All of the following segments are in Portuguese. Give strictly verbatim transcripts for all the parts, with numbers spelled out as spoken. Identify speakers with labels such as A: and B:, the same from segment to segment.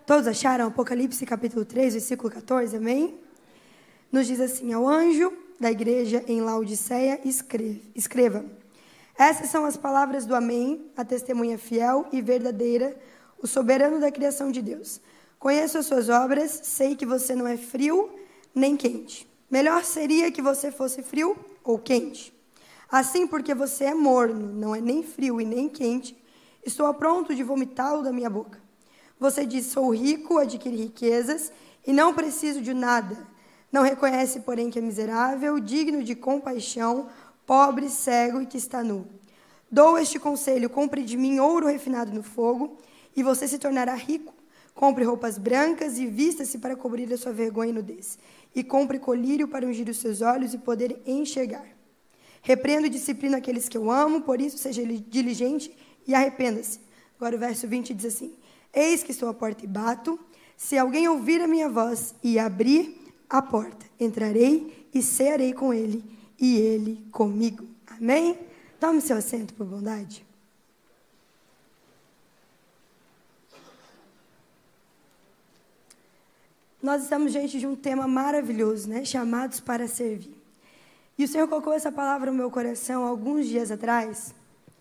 A: Todos acharam? Apocalipse capítulo três, versículo catorze, amém? Nos diz assim: ao anjo da igreja em Laodiceia, escreve, escreva: essas são as palavras do Amém, a testemunha fiel e verdadeira, o soberano da criação de Deus. Conheço as suas obras, sei que você não é frio nem quente. Melhor seria que você fosse frio ou quente. Assim, porque você é morno, não é nem frio e nem quente, estou a pronto de vomitá-lo da minha boca. Você diz: sou rico, adquiri riquezas e não preciso de nada. Não reconhece, porém, que é miserável, digno de compaixão, pobre, cego e que está nu. Dou este conselho: compre de mim ouro refinado no fogo, e você se tornará rico. Compre roupas brancas e vista-se para cobrir a sua vergonha e nudez. E compre colírio para ungir os seus olhos e poder enxergar. Repreendo e disciplino aqueles que eu amo, por isso seja diligente e arrependa-se. Agora o verso vinte diz assim: eis que estou à porta e bato. Se alguém ouvir a minha voz e abrir a porta, entrarei e cearei com ele, e ele comigo. Amém? Tome seu assento, por bondade. Nós estamos diante de um tema maravilhoso, né? Chamados para servir. E o Senhor colocou essa palavra no meu coração alguns dias atrás.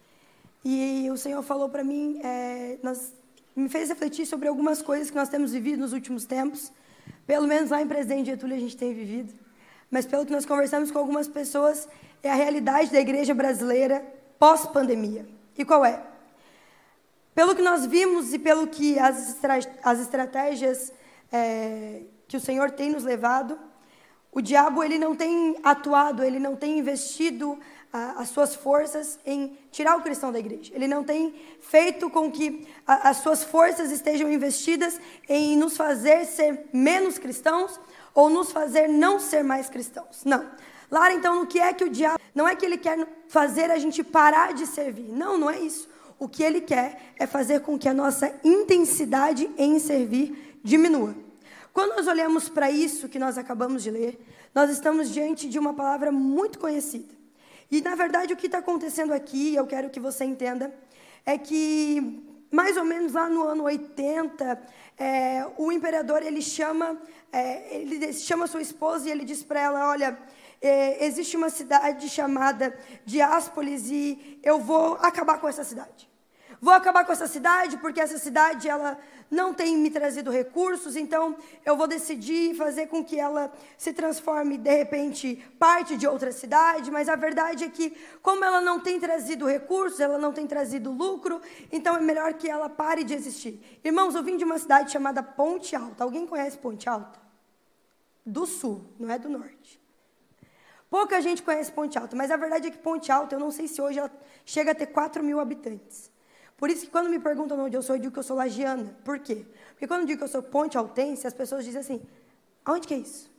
A: E o Senhor falou para mim, é, nós, me fez refletir sobre algumas coisas que nós temos vivido nos últimos tempos. Pelo menos lá em Presidente Getúlio a gente tem vivido. Mas pelo que nós conversamos com algumas pessoas, é a realidade da igreja brasileira pós-pandemia. E qual é? Pelo que nós vimos e pelo que as, estra as estratégias é, que o Senhor tem nos levado, o diabo ele não tem atuado, ele não tem investido a, as suas forças em tirar o cristão da igreja. Ele não tem feito com que a, as suas forças estejam investidas em nos fazer ser menos cristãos ou nos fazer não ser mais cristãos. Não. Lara, então, no que é que o diabo... Não é que ele quer fazer a gente parar de servir. Não, não é isso. O que ele quer é fazer com que a nossa intensidade em servir diminua. Quando nós olhamos para isso que nós acabamos de ler, nós estamos diante de uma palavra muito conhecida. E, na verdade, o que está acontecendo aqui, eu quero que você entenda, é que, mais ou menos lá no ano oitenta, é, o imperador, ele chama, é, ele chama sua esposa e ele diz para ela: olha, é, existe uma cidade chamada Diáspolis e eu vou acabar com essa cidade. Vou acabar com essa cidade porque essa cidade ela não tem me trazido recursos, então eu vou decidir fazer com que ela se transforme, de repente, parte de outra cidade, mas a verdade é que, como ela não tem trazido recursos, ela não tem trazido lucro, então é melhor que ela pare de existir. Irmãos, eu vim de uma cidade chamada Ponte Alta. Alguém conhece Ponte Alta? Do sul, não é do norte. Pouca gente conhece Ponte Alta, mas a verdade é que Ponte Alta, eu não sei se hoje ela chega a ter quatro mil habitantes. Por isso que quando me perguntam onde eu sou, eu digo que eu sou lagiana. Por quê? Porque quando eu digo que eu sou ponte altense, as pessoas dizem assim: aonde que é isso?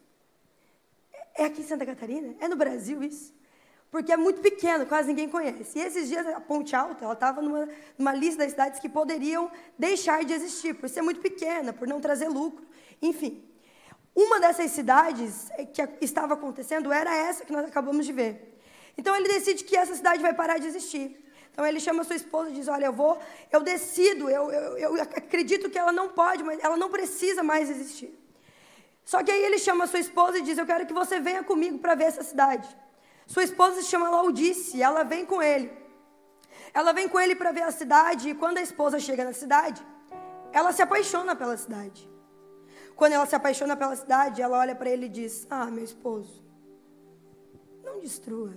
A: É aqui em Santa Catarina? É no Brasil isso? Porque é muito pequeno, quase ninguém conhece. E esses dias a Ponte Alta, ela estava numa, numa lista das cidades que poderiam deixar de existir, por ser muito pequena, por não trazer lucro. Enfim, uma dessas cidades que estava acontecendo era essa que nós acabamos de ver. Então ele decide que essa cidade vai parar de existir. Então, ele chama a sua esposa e diz: olha, eu vou, eu decido, eu, eu, eu acredito que ela não pode, mas ela não precisa mais existir. Só que aí ele chama a sua esposa e diz: eu quero que você venha comigo para ver essa cidade. Sua esposa se chama Laodice, ela vem com ele. Ela vem com ele para ver a cidade, e quando a esposa chega na cidade, ela se apaixona pela cidade. Quando ela se apaixona pela cidade, ela olha para ele e diz: ah, meu esposo, não destrua.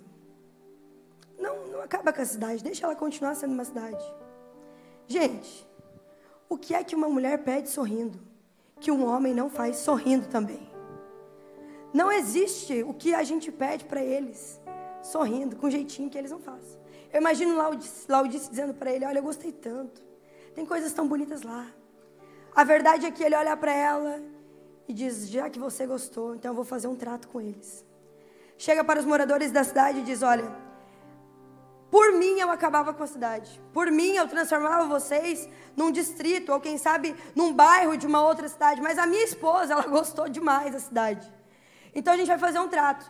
A: Não, não acaba com a cidade, deixa ela continuar sendo uma cidade. Gente, o que é que uma mulher pede sorrindo, que um homem não faz sorrindo também? Não existe o que a gente pede para eles, sorrindo, com jeitinho que eles não fazem. Eu imagino Laodice, Laodice dizendo para ele: olha, eu gostei tanto, tem coisas tão bonitas lá. A verdade é que ele olha para ela e diz: já que você gostou, então eu vou fazer um trato com eles. Chega para os moradores da cidade e diz: olha, por mim eu acabava com a cidade. Por mim eu transformava vocês num distrito, ou quem sabe num bairro de uma outra cidade. Mas a minha esposa, ela gostou demais da cidade. Então a gente vai fazer um trato.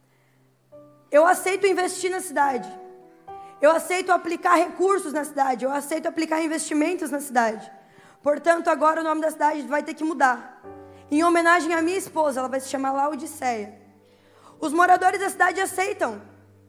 A: Eu aceito investir na cidade. Eu aceito aplicar recursos na cidade. Eu aceito aplicar investimentos na cidade. Portanto, agora o nome da cidade vai ter que mudar. Em homenagem à minha esposa, ela vai se chamar Laodiceia. Os moradores da cidade aceitam.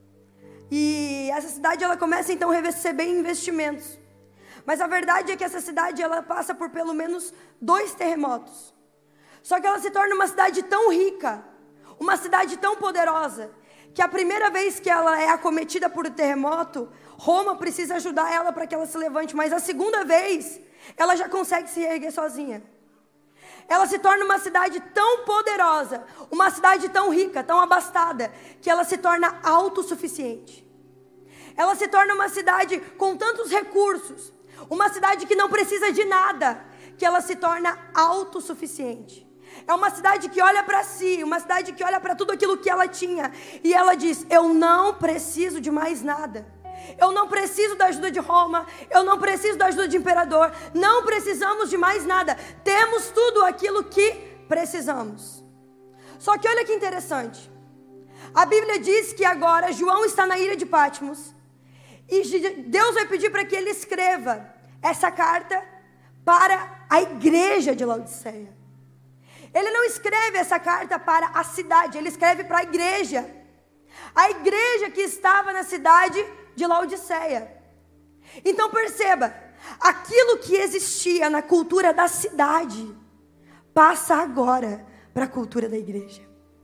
A: E essa cidade, ela começa então a receber investimentos. Mas a verdade é que essa cidade, ela passa por pelo menos dois terremotos. Só que ela se torna uma cidade tão rica, uma cidade tão poderosa, que a primeira vez que ela é acometida por um terremoto, Roma precisa ajudar ela para que ela se levante. Mas a segunda vez, ela já consegue se erguer sozinha. Ela se torna uma cidade tão poderosa, uma cidade tão rica, tão abastada, que ela se torna autossuficiente. Ela se torna uma cidade com tantos recursos, uma cidade que não precisa de nada, que ela se torna autossuficiente. É uma cidade que olha para si, uma cidade que olha para tudo aquilo que ela tinha, e ela diz: eu não preciso de mais nada. Eu não preciso da ajuda de Roma, eu não preciso da ajuda de imperador, não precisamos de mais nada, temos tudo aquilo que precisamos. Só que olha que interessante, a Bíblia diz que agora João está na ilha de Patmos, e Deus vai pedir para que ele escreva essa carta para a igreja de Laodiceia. Ele não escreve essa carta para a cidade, ele escreve para a igreja. A igreja que estava na cidade de Laodiceia. Então perceba, aquilo que existia na cultura da cidade passa agora para a cultura da igreja.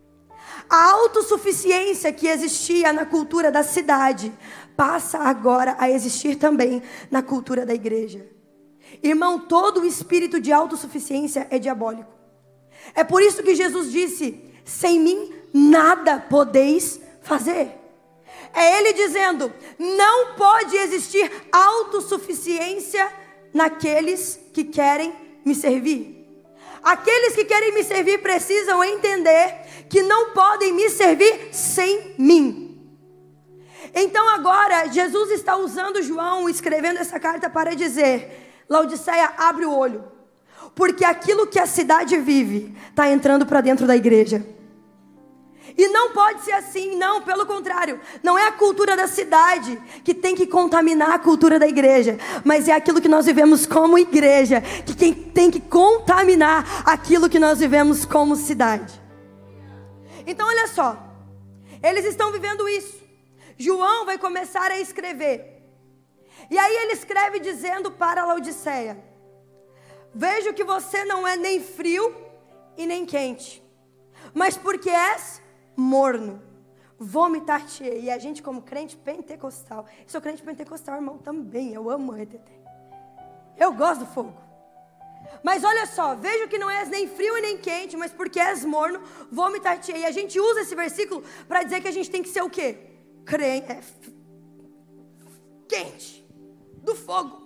A: A autossuficiência que existia na cultura da cidade passa agora a existir também na cultura da igreja. Irmão, todo o espírito de autossuficiência é diabólico. É por isso que Jesus disse: sem mim nada podeis fazer. É ele dizendo: não pode existir autossuficiência naqueles que querem me servir. Aqueles que querem me servir precisam entender que não podem me servir sem mim. Então agora Jesus está usando João, escrevendo essa carta para dizer: Laodiceia, abre o olho, porque aquilo que a cidade vive está entrando para dentro da igreja. E não pode ser assim, não, pelo contrário. Não é a cultura da cidade que tem que contaminar a cultura da igreja, mas é aquilo que nós vivemos como igreja que quem tem que contaminar aquilo que nós vivemos como cidade. Então olha só, eles estão vivendo isso. João vai começar a escrever, e aí ele escreve dizendo para Laodiceia: vejo que você não é nem frio e nem quente, mas porque és morno, vomitar-te-ei. E a gente, como crente pentecostal, eu sou crente pentecostal, irmão, também, eu amo R T T, eu gosto do fogo. Mas olha só, vejo que não és nem frio e nem quente, mas porque és morno, vomitar-te-ei. E a gente usa esse versículo para dizer que a gente tem que ser o quê? Crente, é, quente, do fogo.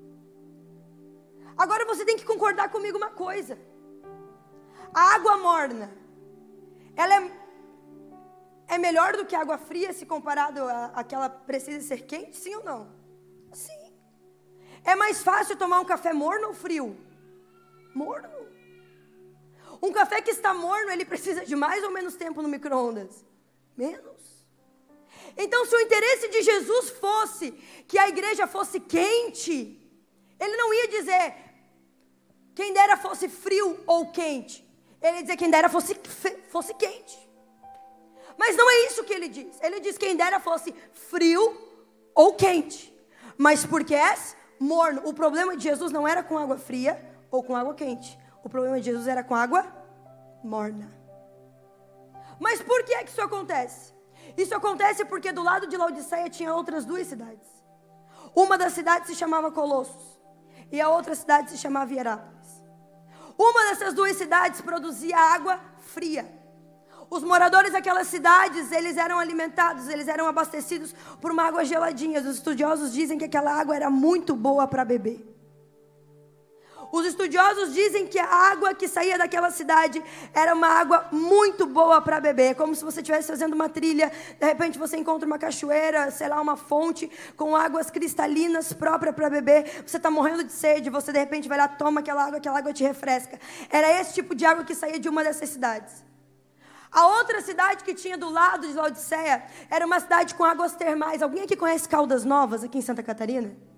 A: Agora você tem que concordar comigo uma coisa: a água morna, ela é, é melhor do que a água fria se comparado a, a que ela precisa ser quente? Sim ou não? Sim. É mais fácil tomar um café morno ou frio? Morno. Um café que está morno, ele precisa de mais ou menos tempo no micro-ondas? Menos. Então, se o interesse de Jesus fosse que a igreja fosse quente, ele não ia dizer quem dera fosse frio ou quente. Ele ia dizer quem dera fosse, fosse quente. Mas não é isso que ele diz. Ele diz quem dera fosse frio ou quente, mas porque és morno. O problema de Jesus não era com água fria ou com água quente. O problema de Jesus era com água morna. Mas por que é que isso acontece? Isso acontece porque do lado de Laodiceia tinha outras duas cidades. Uma das cidades se chamava Colossos e a outra cidade se chamava Hierápolis. Uma dessas duas cidades produzia água fria. Os moradores daquelas cidades, eles eram alimentados, eles eram abastecidos por uma água geladinha. Os estudiosos dizem que aquela água era muito boa para beber. Os estudiosos dizem que a água que saía daquela cidade era uma água muito boa para beber. É como se você estivesse fazendo uma trilha, de repente você encontra uma cachoeira, sei lá, uma fonte com águas cristalinas próprias para beber. Você está morrendo de sede, você de repente vai lá, toma aquela água, aquela água te refresca. Era esse tipo de água que saía de uma dessas cidades. A outra cidade que tinha do lado de Laodiceia era uma cidade com águas termais. Alguém aqui conhece Caldas Novas, aqui em Santa Catarina?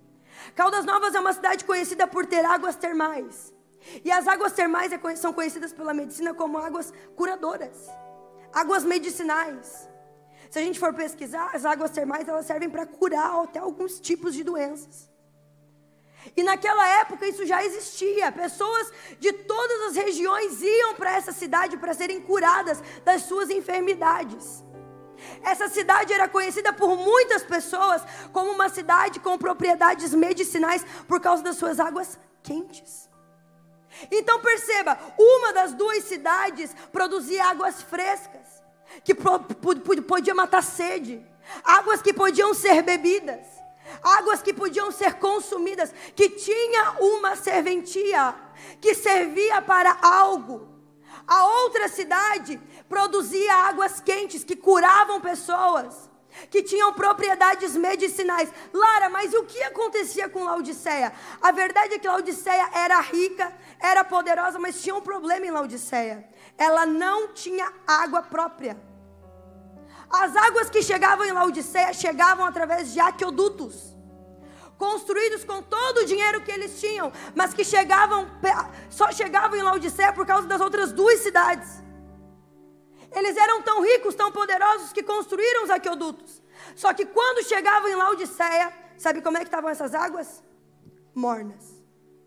A: Caldas Novas é uma cidade conhecida por ter águas termais. E as águas termais são conhecidas pela medicina como águas curadoras, águas medicinais. Se a gente for pesquisar, as águas termais elas servem para curar até alguns tipos de doenças. E naquela época isso já existia. Pessoas de todas as regiões iam para essa cidade para serem curadas das suas enfermidades. Essa cidade era conhecida por muitas pessoas como uma cidade com propriedades medicinais por causa das suas águas quentes. Então perceba, uma das duas cidades produzia águas frescas, que podia matar sede, águas que podiam ser bebidas, águas que podiam ser consumidas, que tinha uma serventia, que servia para algo. A outra cidade produzia águas quentes que curavam pessoas, que tinham propriedades medicinais. Lara, mas o que acontecia com Laodiceia? A verdade é que Laodiceia era rica, era poderosa, mas tinha um problema em Laodiceia. Ela não tinha água própria. As águas que chegavam em Laodiceia chegavam através de aquedutos, construídos com todo o dinheiro que eles tinham, mas que chegavam, só chegavam em Laodiceia por causa das outras duas cidades. Eles eram tão ricos, tão poderosos, que construíram os aquedutos. Só que quando chegavam em Laodiceia, sabe como é que estavam essas águas? Mornas.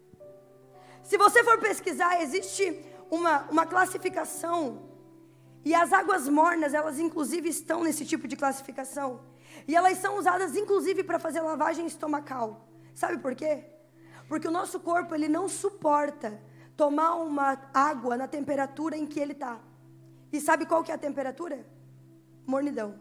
A: Se você for pesquisar, existe uma, uma classificação, e as águas mornas, elas inclusive estão nesse tipo de classificação. E elas são usadas inclusive para fazer lavagem estomacal. Sabe por quê? Porque o nosso corpo ele não suporta tomar uma água na temperatura em que ele está. E sabe qual que é a temperatura? Mornidão.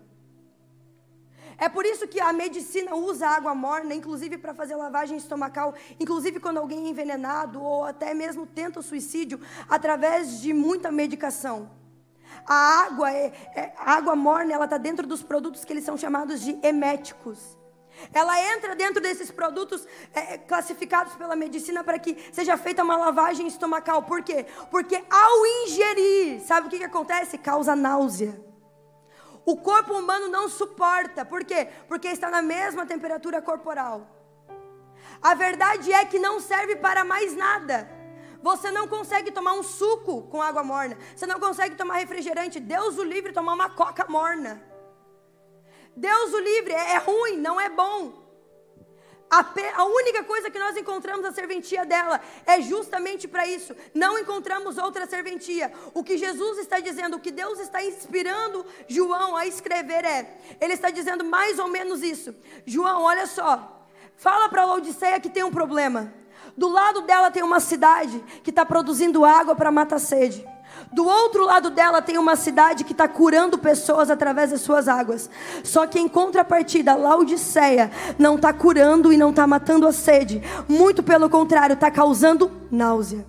A: É por isso que a medicina usa água morna, inclusive para fazer lavagem estomacal, inclusive quando alguém é envenenado ou até mesmo tenta o suicídio, através de muita medicação. A água, é, é, a água morna, ela está dentro dos produtos que eles são chamados de eméticos. Ela entra dentro desses produtos é, classificados pela medicina para que seja feita uma lavagem estomacal. Por quê? Porque ao ingerir, sabe o que, que acontece? Causa náusea. O corpo humano não suporta. Por quê? Porque está na mesma temperatura corporal. A verdade é que não serve para mais nada. Você não consegue tomar um suco com água morna. Você não consegue tomar refrigerante. Deus o livre tomar uma coca morna. Deus o livre, é, é ruim, não é bom. A, pe, a única coisa que nós encontramos a serventia dela é justamente para isso. Não encontramos outra serventia. O que Jesus está dizendo, o que Deus está inspirando João a escrever é, ele está dizendo mais ou menos isso. João, olha só, fala para Laodiceia que tem um problema. Do lado dela tem uma cidade que está produzindo água para matar sede. Do outro lado dela tem uma cidade que está curando pessoas através das suas águas. Só que em contrapartida, Laodiceia não está curando e não está matando a sede. Muito pelo contrário, está causando náusea.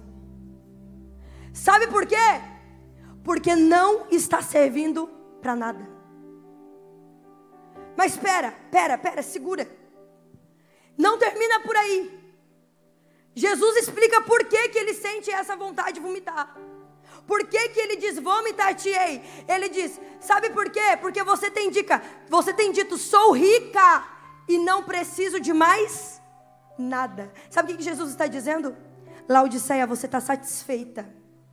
A: Sabe por quê? Porque não está servindo para nada. Mas espera, espera, espera, segura. Não termina por aí. Jesus explica por que, que ele sente essa vontade de vomitar. Por que, que ele diz, vomitar-te-ei? Ele diz, sabe por quê? Porque você tem, dica, você tem dito, sou rica e não preciso de mais nada. Sabe o que, que Jesus está dizendo? Laodiceia, você está satisfeita.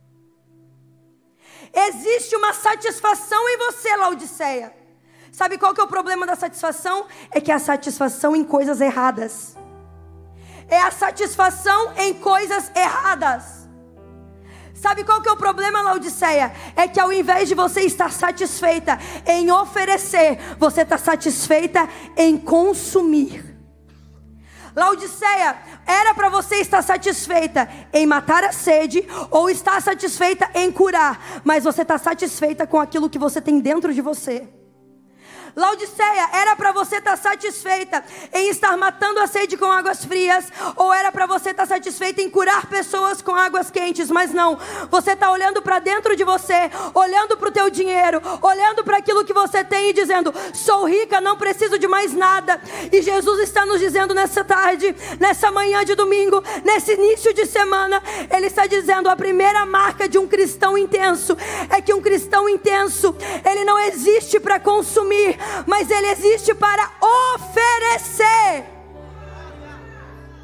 A: Existe uma satisfação em você, Laodiceia. Sabe qual que é o problema da satisfação? É que é a satisfação em coisas erradas. É a satisfação em coisas erradas. Sabe qual que é o problema, Laodiceia? É que ao invés de você estar satisfeita em oferecer, você está satisfeita em consumir. Laodiceia, era para você estar satisfeita em matar a sede ou estar satisfeita em curar, mas você está satisfeita com aquilo que você tem dentro de você. Laodiceia, era para você estar satisfeita em estar matando a sede com águas frias, ou era para você estar satisfeita em curar pessoas com águas quentes, mas não, você está olhando para dentro de você, olhando para o teu dinheiro, olhando para aquilo que você tem e dizendo, sou rica, não preciso de mais nada. E Jesus está nos dizendo nessa tarde, nessa manhã de domingo, nesse início de semana, Ele está dizendo, a primeira marca de um cristão intenso, é que um cristão intenso, ele não existe para consumir, mas ele existe para oferecer.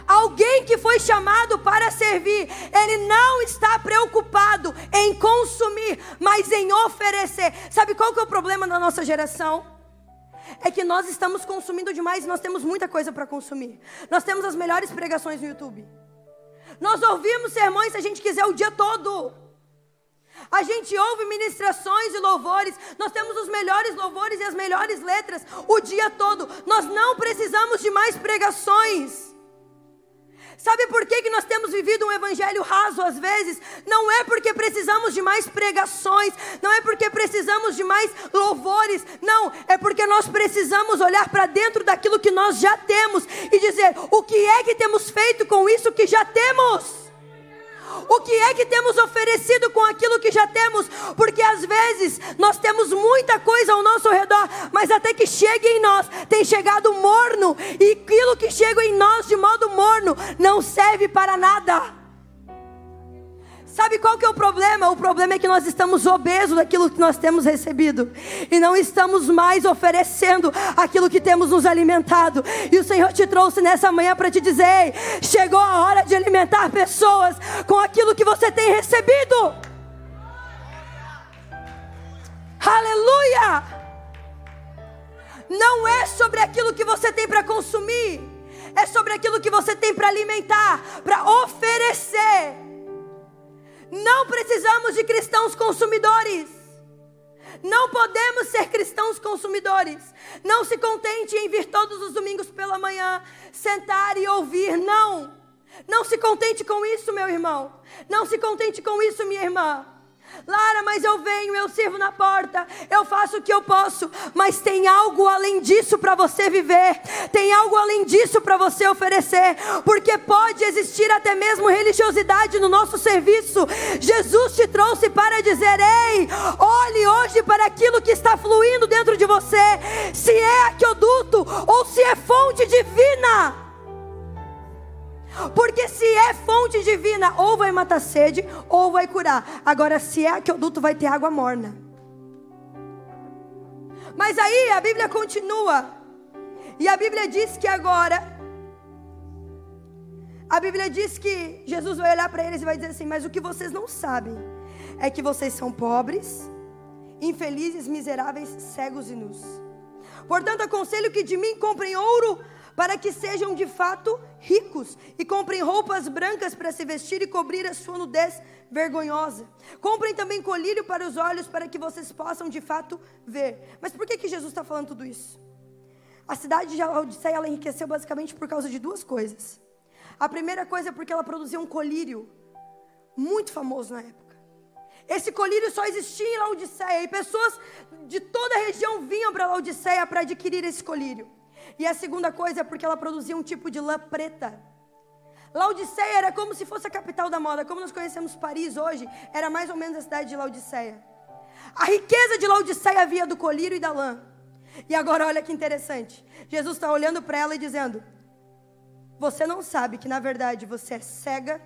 A: Alguém que foi chamado para servir, ele não está preocupado em consumir, mas em oferecer. Sabe qual que é o problema da nossa geração? É que nós estamos consumindo demais e nós temos muita coisa para consumir. Nós temos as melhores pregações no YouTube. Nós ouvimos sermões se a gente quiser o dia todo. A gente ouve ministrações e louvores. Nós temos os melhores louvores e as melhores letras o dia todo. Nós não precisamos de mais pregações. Sabe por que que nós temos vivido um evangelho raso às vezes? Não é porque precisamos de mais pregações, não é porque precisamos de mais louvores, não, é porque nós precisamos olhar para dentro daquilo que nós já temos e dizer, o que é que temos feito com isso que já temos? O que é que temos oferecido com aquilo que já temos? Porque às vezes nós temos muita coisa ao nosso redor, mas até que chegue em nós, tem chegado morno, e aquilo que chega em nós de modo morno não serve para nada. Sabe qual que é o problema? O problema é que nós estamos obesos daquilo que nós temos recebido e não estamos mais oferecendo aquilo que temos nos alimentado. E o Senhor te trouxe nessa manhã para te dizer, ei, chegou a hora de alimentar pessoas com aquilo que você tem recebido. Aleluia! Não é sobre aquilo que você tem para consumir, é sobre aquilo que você tem para alimentar, para oferecer. Não precisamos de cristãos consumidores. Não podemos ser cristãos consumidores. Não se contente em vir todos os domingos pela manhã, sentar e ouvir. Não. Não se contente com isso, meu irmão. Não se contente com isso, minha irmã. Lara, mas eu venho, eu sirvo na porta, eu faço o que eu posso, mas tem algo além disso para você viver, tem algo além disso para você oferecer, porque pode existir até mesmo religiosidade no nosso serviço. Jesus te trouxe para dizer, ei, olhe hoje para aquilo que está fluindo dentro de você, se é aqueduto ou se é fonte divina. Porque se é fonte divina, ou vai matar sede, ou vai curar. Agora, se é aqueduto, vai ter água morna. Mas aí a Bíblia continua. E a Bíblia diz que agora, a Bíblia diz que Jesus vai olhar para eles e vai dizer assim, mas o que vocês não sabem é que vocês são pobres, infelizes, miseráveis, cegos e nus. Portanto, aconselho que de mim comprem ouro, para que sejam de fato ricos, e comprem roupas brancas para se vestir e cobrir a sua nudez vergonhosa. Comprem também colírio para os olhos, para que vocês possam de fato ver. Mas por que que Jesus está falando tudo isso? A cidade de Laodiceia, ela enriqueceu basicamente por causa de duas coisas. A primeira coisa é porque ela produzia um colírio muito famoso na época. Esse colírio só existia em Laodiceia, e pessoas de toda a região vinham para Laodiceia para adquirir esse colírio. E a segunda coisa é porque ela produzia um tipo de lã preta. Laodiceia era como se fosse a capital da moda. Como nós conhecemos Paris hoje, era mais ou menos a cidade de Laodiceia. A riqueza de Laodiceia via do colírio e da lã. E agora olha que interessante. Jesus está olhando para ela e dizendo, você não sabe que na verdade você é cega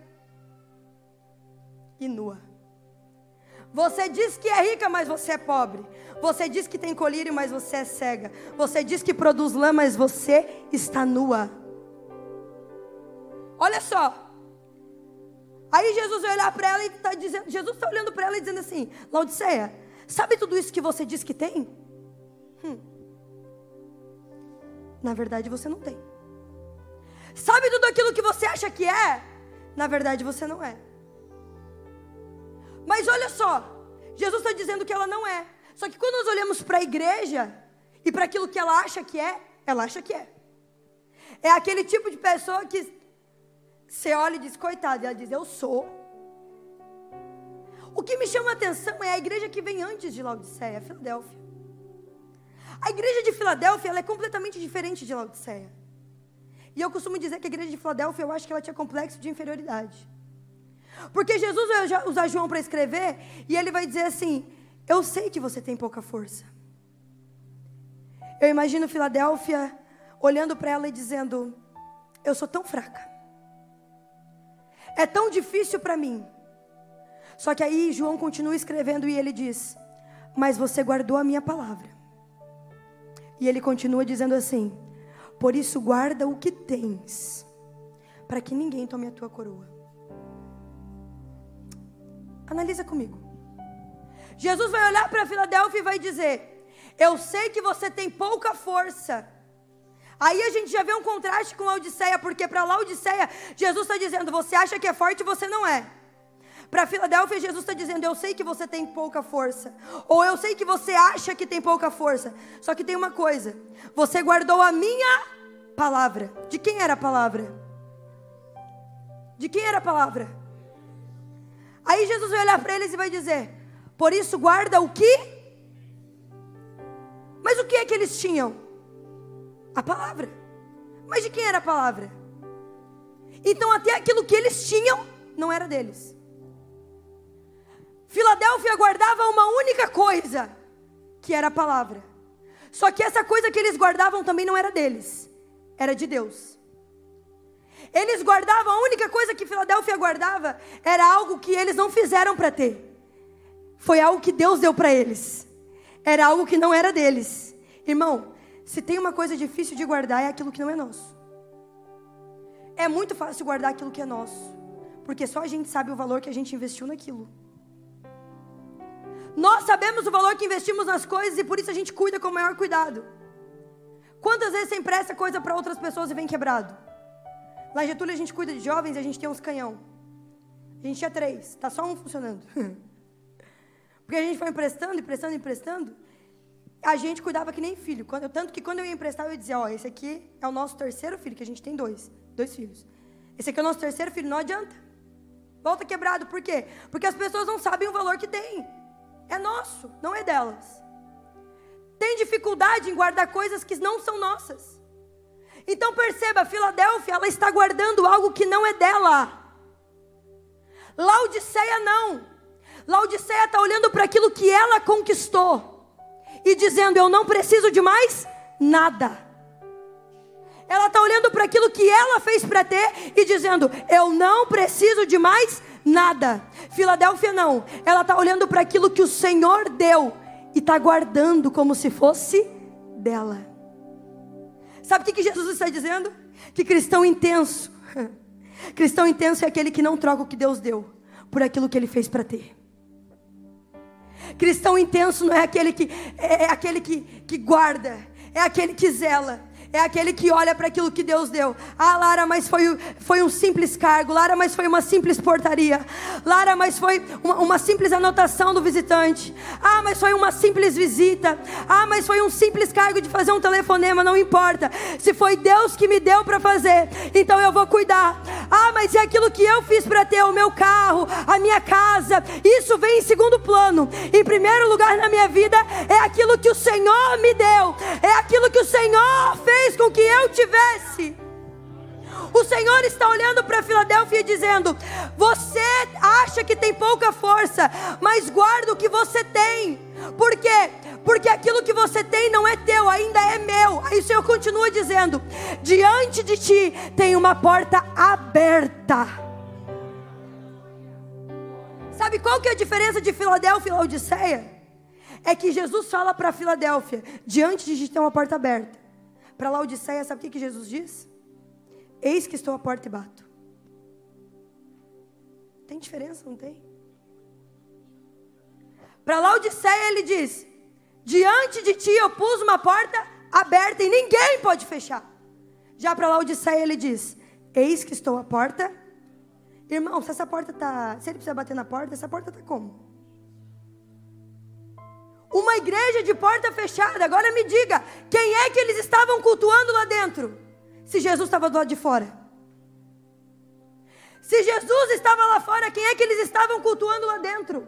A: e nua. Você diz que é rica, mas você é pobre. Você diz que tem colírio, mas você é cega. Você diz que produz lã, mas você está nua. Olha só. Aí Jesus vai olhar para ela e está dizendo, Jesus está olhando para ela e dizendo assim, Laodiceia, sabe tudo isso que você diz que tem? Hum. Na verdade você não tem. Sabe tudo aquilo que você acha que é? Na verdade você não é. Mas olha só, Jesus está dizendo que ela não é. Só que quando nós olhamos para a igreja e para aquilo que ela acha que é, ela acha que é. É aquele tipo de pessoa que você olha e diz, coitada, e ela diz, eu sou. O que me chama a atenção é a igreja que vem antes de Laodiceia, Filadélfia. A igreja de Filadélfia, ela é completamente diferente de Laodiceia. E eu costumo dizer que a igreja de Filadélfia, eu acho que ela tinha complexo de inferioridade. Porque Jesus vai usar João para escrever, e ele vai dizer assim, eu sei que você tem pouca força. Eu imagino Filadélfia olhando para ela e dizendo, eu sou tão fraca. É tão difícil para mim. Só que aí João continua escrevendo e ele diz, mas você guardou a minha palavra. E ele continua dizendo assim, por isso guarda o que tens, para que ninguém tome a tua coroa. Analisa comigo. Jesus vai olhar para Filadélfia e vai dizer: eu sei que você tem pouca força. Aí a gente já vê um contraste com Laodiceia, porque para Laodiceia, Jesus está dizendo: você acha que é forte e você não é. Para Filadélfia, Jesus está dizendo: eu sei que você tem pouca força. Ou eu sei que você acha que tem pouca força. Só que tem uma coisa: você guardou a minha palavra. De quem era a palavra? De quem era a palavra? Aí Jesus vai olhar para eles e vai dizer: por isso guarda o que? Mas o que é que eles tinham? A palavra. Mas de quem era a palavra? Então até aquilo que eles tinham não era deles. Filadélfia guardava uma única coisa, que era a palavra. Só que essa coisa que eles guardavam também não era deles, era de Deus. Eles guardavam, a única coisa que Filadélfia guardava era algo que eles não fizeram para ter. Foi algo que Deus deu para eles. Era algo que não era deles. Irmão, se tem uma coisa difícil de guardar, é aquilo que não é nosso. É muito fácil guardar aquilo que é nosso, porque só a gente sabe o valor que a gente investiu naquilo. Nós sabemos o valor que investimos nas coisas e por isso a gente cuida com o maior cuidado. Quantas vezes você empresta coisa para outras pessoas e vem quebrado? Lá em Getúlio a gente cuida de jovens e a gente tem uns canhão. A gente tinha três, tá só um funcionando. Porque a gente foi emprestando, emprestando, emprestando. A gente cuidava que nem filho. Quando, tanto que quando eu ia emprestar, eu ia dizer: ó, esse aqui é o nosso terceiro filho, que a gente tem dois, dois filhos. Esse aqui é o nosso terceiro filho, não adianta. Volta quebrado, por quê? Porque as pessoas não sabem o valor que tem. É nosso, não é delas. Tem dificuldade em guardar coisas que não são nossas. Então perceba, Filadélfia, ela está guardando algo que não é dela. Laodiceia não. Laodiceia está olhando para aquilo que ela conquistou e dizendo: eu não preciso de mais nada. Ela está olhando para aquilo que ela fez para ter e dizendo: eu não preciso de mais nada. Filadélfia não. Ela está olhando para aquilo que o Senhor deu e está guardando como se fosse dela. Sabe o que, que Jesus está dizendo? Que cristão intenso, cristão intenso é aquele que não troca o que Deus deu por aquilo que Ele fez para ter. Cristão intenso não é aquele que é, é aquele que, que guarda, é aquele que zela, é aquele que olha para aquilo que Deus deu. Ah, Lara, mas foi, foi um simples cargo. Lara, mas foi uma simples portaria. Lara, mas foi uma, uma simples anotação do visitante. Ah, mas foi uma simples visita. Ah, mas foi um simples cargo de fazer um telefonema. Não importa. Se foi Deus que me deu para fazer, então eu vou cuidar. Ah, mas é aquilo que eu fiz para ter, o meu carro, a minha casa. Isso vem em segundo plano. Em primeiro lugar na minha vida é aquilo que o Senhor me deu. É aquilo que o Senhor fez com que eu tivesse. O Senhor está olhando para Filadélfia e dizendo: você acha que tem pouca força, mas guarda o que você tem. Por quê? Porque aquilo que você tem não é teu, ainda é meu. Aí o Senhor continua dizendo: diante de ti tem uma porta aberta. Sabe qual que é a diferença de Filadélfia e Laodiceia? É que Jesus fala para Filadélfia: diante de ti tem uma porta aberta. Para Laodiceia, sabe o que, que Jesus diz? Eis que estou à porta e bato. Tem diferença, não tem? Para Laodiceia ele diz: diante de ti eu pus uma porta aberta e ninguém pode fechar. Já para Laodiceia ele diz: eis que estou à porta. Irmão, se essa porta está, se ele precisa bater na porta, essa porta está como? Uma igreja de porta fechada. Agora me diga, quem é que eles estavam cultuando lá dentro? Se Jesus estava do lado de fora. Se Jesus estava lá fora, quem é que eles estavam cultuando lá dentro?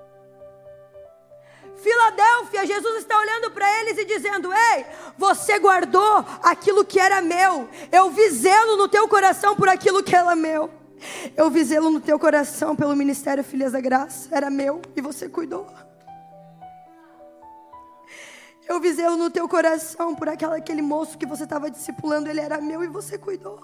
A: Filadélfia, Jesus está olhando para eles e dizendo: ei, você guardou aquilo que era meu. Eu vi zelo no teu coração por aquilo que era meu. Eu vi zelo no teu coração pelo ministério Filhas da Graça. Era meu e você cuidou. Eu vi zelo no teu coração por aquela, aquele moço que você estava discipulando. Ele era meu e você cuidou.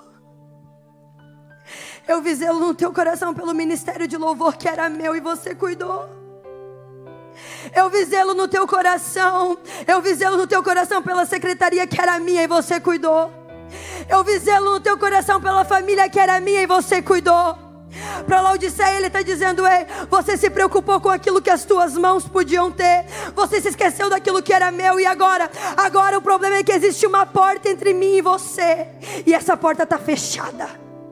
A: Eu vi zelo no teu coração pelo ministério de louvor que era meu e você cuidou. Eu vi zelo no teu coração. Eu vi zelo no teu coração pela secretaria que era minha e você cuidou. Eu vi zelo no teu coração pela família que era minha e você cuidou. Para Laodiceia ele está dizendo: ei, você se preocupou com aquilo que as tuas mãos podiam ter. Você se esqueceu daquilo que era meu. E agora, agora o problema é que existe uma porta entre mim e você. E essa porta está fechada.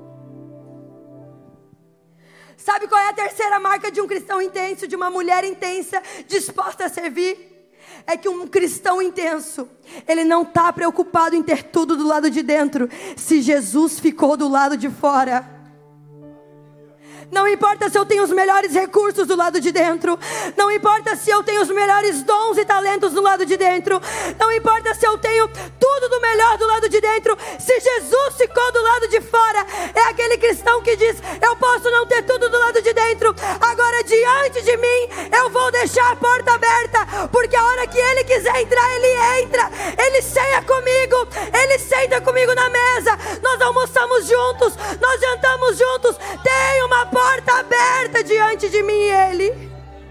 A: Sabe qual é a terceira marca de um cristão intenso, de uma mulher intensa, disposta a servir? É que um cristão intenso, ele não está preocupado em ter tudo do lado de dentro, se Jesus ficou do lado de fora. Não importa se eu tenho os melhores recursos do lado de dentro. Não importa se eu tenho os melhores dons e talentos do lado de dentro. Não importa se eu tenho tudo do melhor do lado de dentro. Se Jesus ficou do lado de fora, é aquele cristão que diz: eu posso não ter tudo do lado de dentro, agora diante de mim eu vou deixar a porta aberta, porque a hora que Ele quiser entrar, Ele entra. Ele ceia comigo, Ele senta comigo na mesa. Nós almoçamos juntos, nós jantamos juntos. Tem uma porta porta aberta diante de mim e Ele.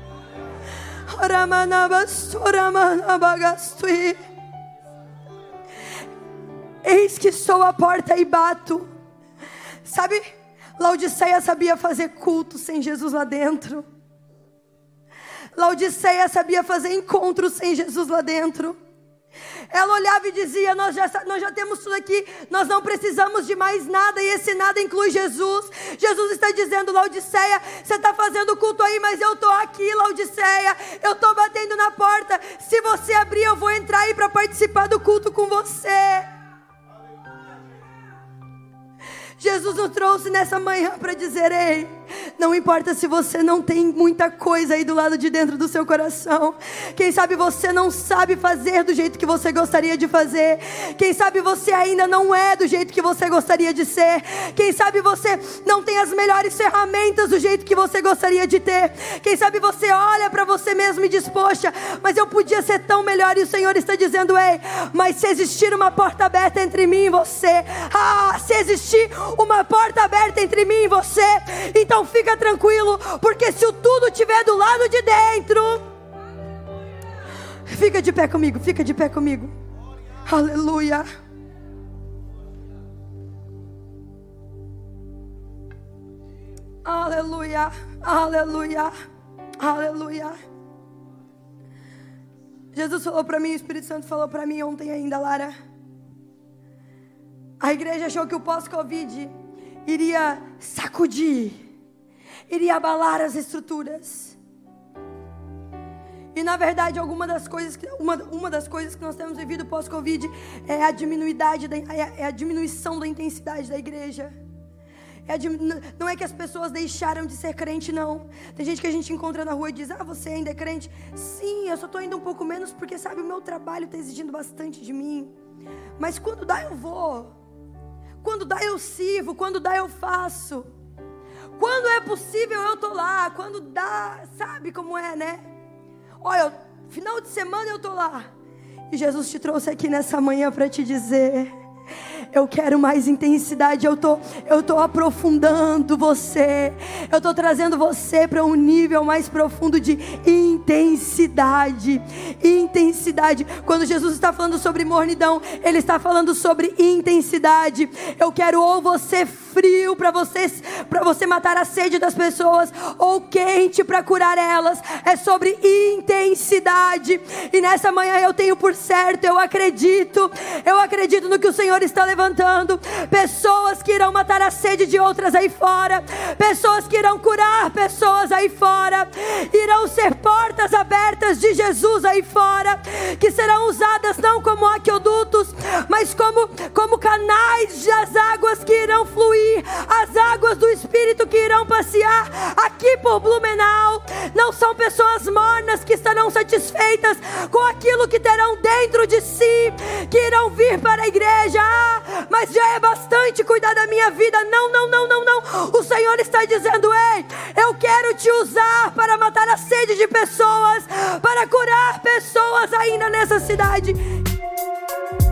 A: Eis que sou a porta e bato. Sabe, Laodiceia sabia fazer culto sem Jesus lá dentro. Laodiceia sabia fazer encontros sem Jesus lá dentro. Ela olhava e dizia: nós já, nós já temos tudo aqui, nós não precisamos de mais nada. E esse nada inclui Jesus. Jesus está dizendo: Laodiceia, você está fazendo culto aí, mas eu estou aqui, Laodiceia. Eu estou batendo na porta. Se você abrir, eu vou entrar aí para participar do culto com você. Jesus nos trouxe nessa manhã para dizer: ei, não importa se você não tem muita coisa aí do lado de dentro do seu coração. Quem sabe você não sabe fazer do jeito que você gostaria de fazer. Quem sabe você ainda não é do jeito que você gostaria de ser. Quem sabe você não tem as melhores ferramentas do jeito que você gostaria de ter. Quem sabe você olha para você mesmo e diz: poxa, mas eu podia ser tão melhor. E o Senhor está dizendo: ei, mas se existir uma porta aberta entre mim e você, ah, se existir uma porta aberta entre mim e você, então fica tranquilo, porque se o tudo estiver do lado de dentro, fica de pé comigo, fica de pé comigo. Aleluia. Aleluia, aleluia, aleluia. Jesus falou para mim, o Espírito Santo falou para mim ontem ainda, Lara. A igreja achou que o pós-Covid iria sacudir, iria abalar as estruturas. E na verdade, alguma das coisas que, uma, uma das coisas que nós temos vivido pós-Covid é a, diminuidade da, é a diminuição da intensidade da igreja. É a, não é que as pessoas deixaram de ser crente, não. Tem gente que a gente encontra na rua e diz: ah, você ainda é crente? Sim, eu só estou indo um pouco menos porque, sabe, o meu trabalho está exigindo bastante de mim. Mas quando dá eu vou. Quando dá eu sirvo, quando dá eu faço. Quando é possível eu tô lá. Quando dá, sabe como é, né? Olha, final de semana eu tô lá. E Jesus te trouxe aqui nessa manhã para te dizer: eu quero mais intensidade. Eu tô, eu tô aprofundando você. Eu tô trazendo você para um nível mais profundo de intensidade. Intensidade. Quando Jesus está falando sobre mornidão, Ele está falando sobre intensidade. Eu quero ou você frio para você, para você matar a sede das pessoas, ou quente para curar elas. É sobre intensidade. E nessa manhã eu tenho por certo, eu acredito, eu acredito no que o Senhor está levantando. Pessoas que irão matar a sede de outras aí fora. Pessoas que irão curar pessoas aí fora. Irão ser portas abertas de Jesus aí fora, que serão usadas não como aquedutos, mas como, como canais das águas que irão fluir. As águas do Espírito que irão passear aqui por Blumenau. Não são pessoas mornas que estarão satisfeitas com aquilo que terão dentro de si, que irão vir para a igreja. Ah, mas já é bastante cuidar da minha vida. Não, não, não, não, não. O Senhor está dizendo: ei, eu quero te usar para matar a sede de pessoas, para curar pessoas ainda nessa cidade.